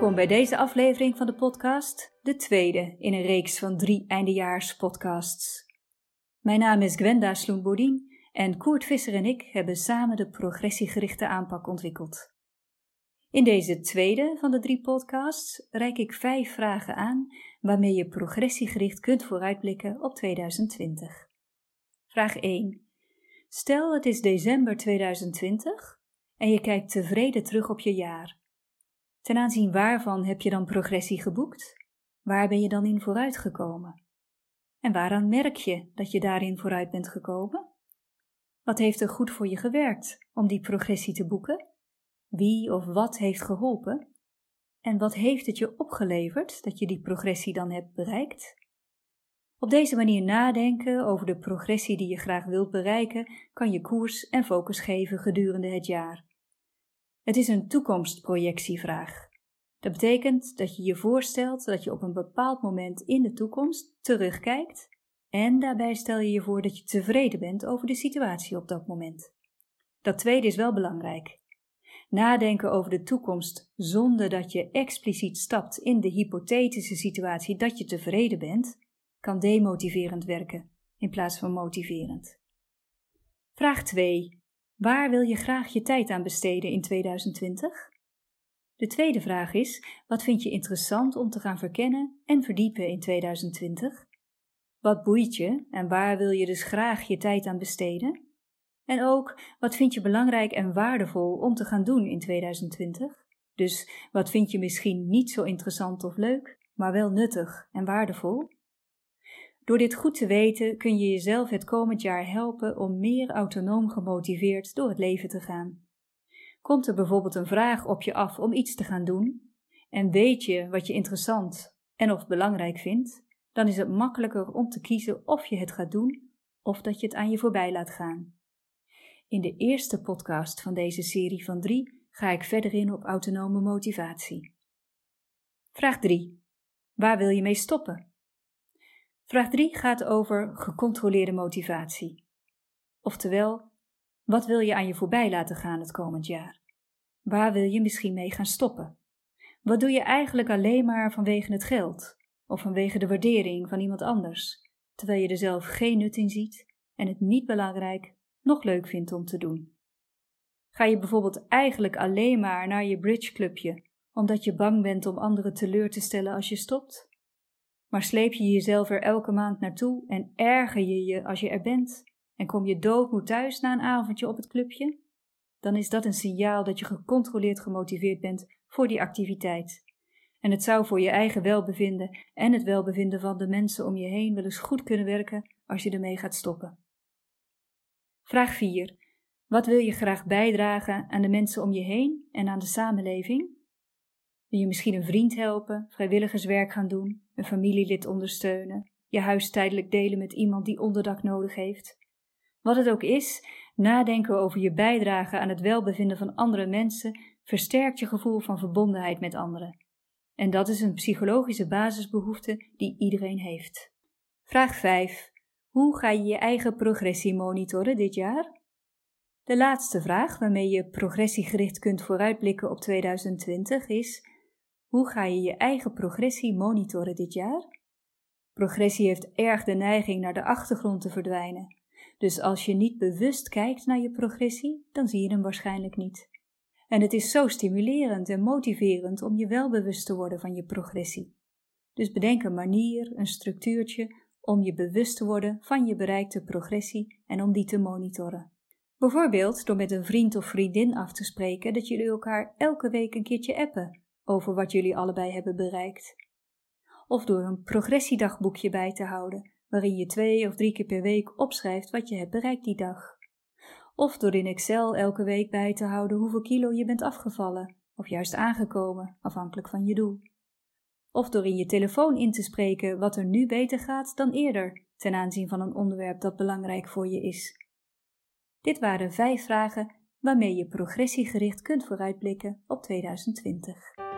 Welkom bij deze aflevering van de podcast, de tweede in een reeks van 3 eindejaars-podcasts. Mijn naam is Gwenda Sloenboerdien en Koert Visser en ik hebben samen de progressiegerichte aanpak ontwikkeld. In deze tweede van de 3 podcasts reik ik 5 vragen aan waarmee je progressiegericht kunt vooruitblikken op 2020. Vraag 1. Stel het is december 2020 en je kijkt tevreden terug op je jaar. Ten aanzien waarvan heb je dan progressie geboekt? Waar ben je dan in vooruitgekomen? En waaraan merk je dat je daarin vooruit bent gekomen? Wat heeft er goed voor je gewerkt om die progressie te boeken? Wie of wat heeft geholpen? En wat heeft het je opgeleverd dat je die progressie dan hebt bereikt? Op deze manier nadenken over de progressie die je graag wilt bereiken, kan je koers en focus geven gedurende het jaar. Het is een toekomstprojectievraag. Dat betekent dat je je voorstelt dat je op een bepaald moment in de toekomst terugkijkt en daarbij stel je je voor dat je tevreden bent over de situatie op dat moment. Dat tweede is wel belangrijk. Nadenken over de toekomst zonder dat je expliciet stapt in de hypothetische situatie dat je tevreden bent, kan demotiverend werken in plaats van motiverend. Vraag 2. Waar wil je graag je tijd aan besteden in 2020? De tweede vraag is, wat vind je interessant om te gaan verkennen en verdiepen in 2020? Wat boeit je en waar wil je dus graag je tijd aan besteden? En ook, wat vind je belangrijk en waardevol om te gaan doen in 2020? Dus wat vind je misschien niet zo interessant of leuk, maar wel nuttig en waardevol? Door dit goed te weten kun je jezelf het komend jaar helpen om meer autonoom gemotiveerd door het leven te gaan. Komt er bijvoorbeeld een vraag op je af om iets te gaan doen en weet je wat je interessant en of belangrijk vindt, dan is het makkelijker om te kiezen of je het gaat doen of dat je het aan je voorbij laat gaan. In de eerste podcast van deze serie van 3 ga ik verder in op autonome motivatie. Vraag 3. Waar wil je mee stoppen? Vraag 3 gaat over gecontroleerde motivatie. Oftewel, wat wil je aan je voorbij laten gaan het komend jaar? Waar wil je misschien mee gaan stoppen? Wat doe je eigenlijk alleen maar vanwege het geld of vanwege de waardering van iemand anders, terwijl je er zelf geen nut in ziet en het niet belangrijk, nog leuk vindt om te doen? Ga je bijvoorbeeld eigenlijk alleen maar naar je bridgeclubje omdat je bang bent om anderen teleur te stellen als je stopt? Maar sleep je jezelf er elke maand naartoe en erger je je als je er bent en kom je doodmoe thuis na een avondje op het clubje? Dan is dat een signaal dat je gecontroleerd gemotiveerd bent voor die activiteit. En het zou voor je eigen welbevinden en het welbevinden van de mensen om je heen wel eens goed kunnen werken als je ermee gaat stoppen. Vraag 4. Wat wil je graag bijdragen aan de mensen om je heen en aan de samenleving? Wil je misschien een vriend helpen, vrijwilligerswerk gaan doen, een familielid ondersteunen, je huis tijdelijk delen met iemand die onderdak nodig heeft? Wat het ook is, nadenken over je bijdrage aan het welbevinden van andere mensen versterkt je gevoel van verbondenheid met anderen. En dat is een psychologische basisbehoefte die iedereen heeft. Vraag 5. Hoe ga je je eigen progressie monitoren dit jaar? De laatste vraag waarmee je progressiegericht kunt vooruitblikken op 2020 is: hoe ga je je eigen progressie monitoren dit jaar? Progressie heeft erg de neiging naar de achtergrond te verdwijnen. Dus als je niet bewust kijkt naar je progressie, dan zie je hem waarschijnlijk niet. En het is zo stimulerend en motiverend om je wel bewust te worden van je progressie. Dus bedenk een manier, een structuurtje, om je bewust te worden van je bereikte progressie en om die te monitoren. Bijvoorbeeld door met een vriend of vriendin af te spreken dat jullie elkaar elke week een keertje appen over wat jullie allebei hebben bereikt. Of door een progressiedagboekje bij te houden, waarin je 2 of 3 keer per week opschrijft wat je hebt bereikt die dag. Of door in Excel elke week bij te houden hoeveel kilo je bent afgevallen, of juist aangekomen, afhankelijk van je doel. Of door in je telefoon in te spreken wat er nu beter gaat dan eerder, ten aanzien van een onderwerp dat belangrijk voor je is. Dit waren 5 vragen waarmee je progressiegericht kunt vooruitblikken op 2020.